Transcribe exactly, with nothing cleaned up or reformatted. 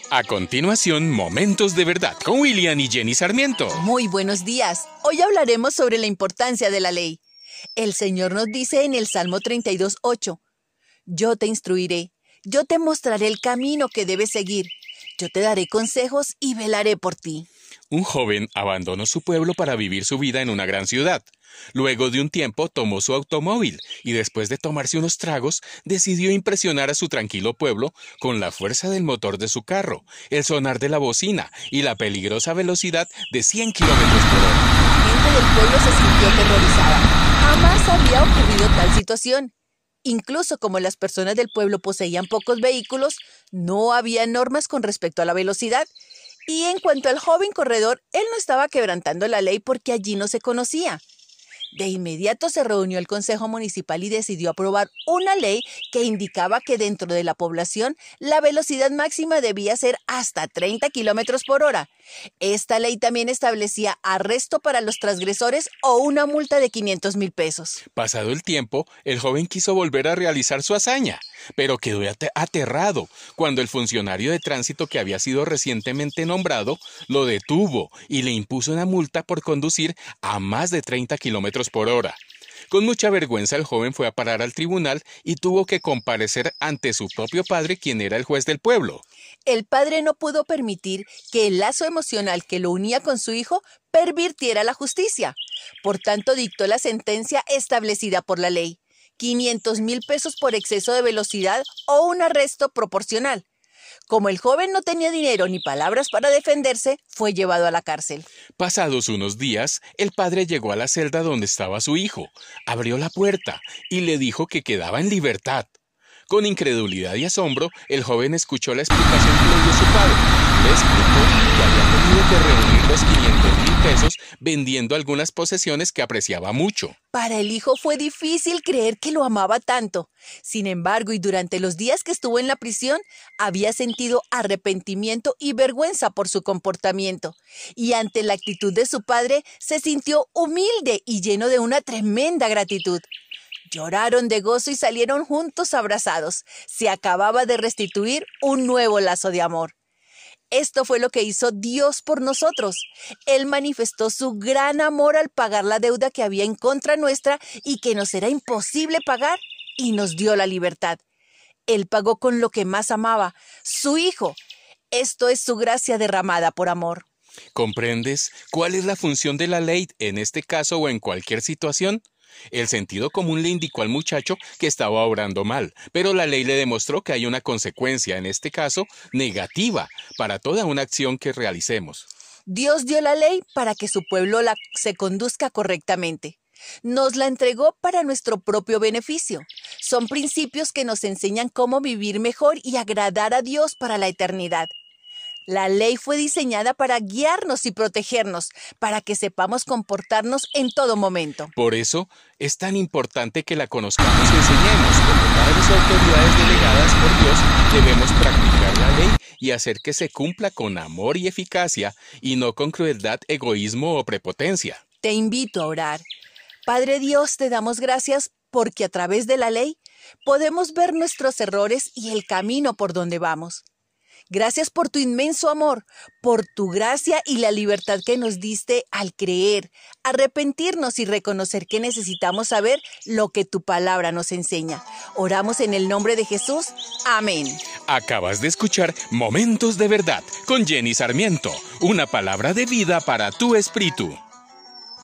A continuación, Momentos de Verdad con William y Jenny Sarmiento. Muy buenos días. Hoy hablaremos sobre la importancia de la ley. El Señor nos dice en el Salmo treinta y dos, ocho, yo te instruiré, yo te mostraré el camino que debes seguir, yo te daré consejos y velaré por ti. Un joven abandonó su pueblo para vivir su vida en una gran ciudad. Luego de un tiempo tomó su automóvil y después de tomarse unos tragos, decidió impresionar a su tranquilo pueblo con la fuerza del motor de su carro, el sonar de la bocina y la peligrosa velocidad de cien kilómetros por hora. La gente del pueblo se sintió aterrorizada. Jamás había ocurrido tal situación. Incluso como las personas del pueblo poseían pocos vehículos, no había normas con respecto a la velocidad. Y en cuanto al joven corredor, él no estaba quebrantando la ley porque allí no se conocía. De inmediato se reunió el Consejo Municipal y decidió aprobar una ley que indicaba que dentro de la población la velocidad máxima debía ser hasta treinta kilómetros por hora. Esta ley también establecía arresto para los transgresores o una multa de quinientos mil pesos. Pasado el tiempo, el joven quiso volver a realizar su hazaña, pero quedó aterrado cuando el funcionario de tránsito que había sido recientemente nombrado lo detuvo y le impuso una multa por conducir a más de treinta kilómetros por hora. Con mucha vergüenza el joven fue a parar al tribunal y tuvo que comparecer ante su propio padre, quien era el juez del pueblo. El padre no pudo permitir que el lazo emocional que lo unía con su hijo pervirtiera la justicia. Por tanto, dictó la sentencia establecida por la ley: quinientos mil pesos por exceso de velocidad o un arresto proporcional. Como el joven no tenía dinero ni palabras para defenderse, fue llevado a la cárcel. Pasados unos días, el padre llegó a la celda donde estaba su hijo, abrió la puerta y le dijo que quedaba en libertad. Con incredulidad y asombro, el joven escuchó la explicación que le dio su padre. Le explicó que había tenido que reunir los quinientos mil pesos vendiendo algunas posesiones que apreciaba mucho. Para el hijo fue difícil creer que lo amaba tanto. Sin embargo, y durante los días que estuvo en la prisión, había sentido arrepentimiento y vergüenza por su comportamiento. Y ante la actitud de su padre, se sintió humilde y lleno de una tremenda gratitud. Lloraron de gozo y salieron juntos abrazados. Se acababa de restituir un nuevo lazo de amor. Esto fue lo que hizo Dios por nosotros. Él manifestó su gran amor al pagar la deuda que había en contra nuestra y que nos era imposible pagar, y nos dio la libertad. Él pagó con lo que más amaba, su Hijo. Esto es su gracia derramada por amor. ¿Comprendes cuál es la función de la ley en este caso o en cualquier situación? El sentido común le indicó al muchacho que estaba obrando mal, pero la ley le demostró que hay una consecuencia, en este caso, negativa, para toda una acción que realicemos. Dios dio la ley para que su pueblo la, se conduzca correctamente. Nos la entregó para nuestro propio beneficio. Son principios que nos enseñan cómo vivir mejor y agradar a Dios para la eternidad. La ley fue diseñada para guiarnos y protegernos, para que sepamos comportarnos en todo momento. Por eso, es tan importante que la conozcamos y enseñemos. Como padres y autoridades delegadas por Dios, debemos practicar la ley y hacer que se cumpla con amor y eficacia, y no con crueldad, egoísmo o prepotencia. Te invito a orar. Padre Dios, te damos gracias porque a través de la ley podemos ver nuestros errores y el camino por donde vamos. Gracias por tu inmenso amor, por tu gracia y la libertad que nos diste al creer, arrepentirnos y reconocer que necesitamos saber lo que tu palabra nos enseña. Oramos en el nombre de Jesús. Amén. Acabas de escuchar Momentos de Verdad con Jenny Sarmiento, una palabra de vida para tu espíritu.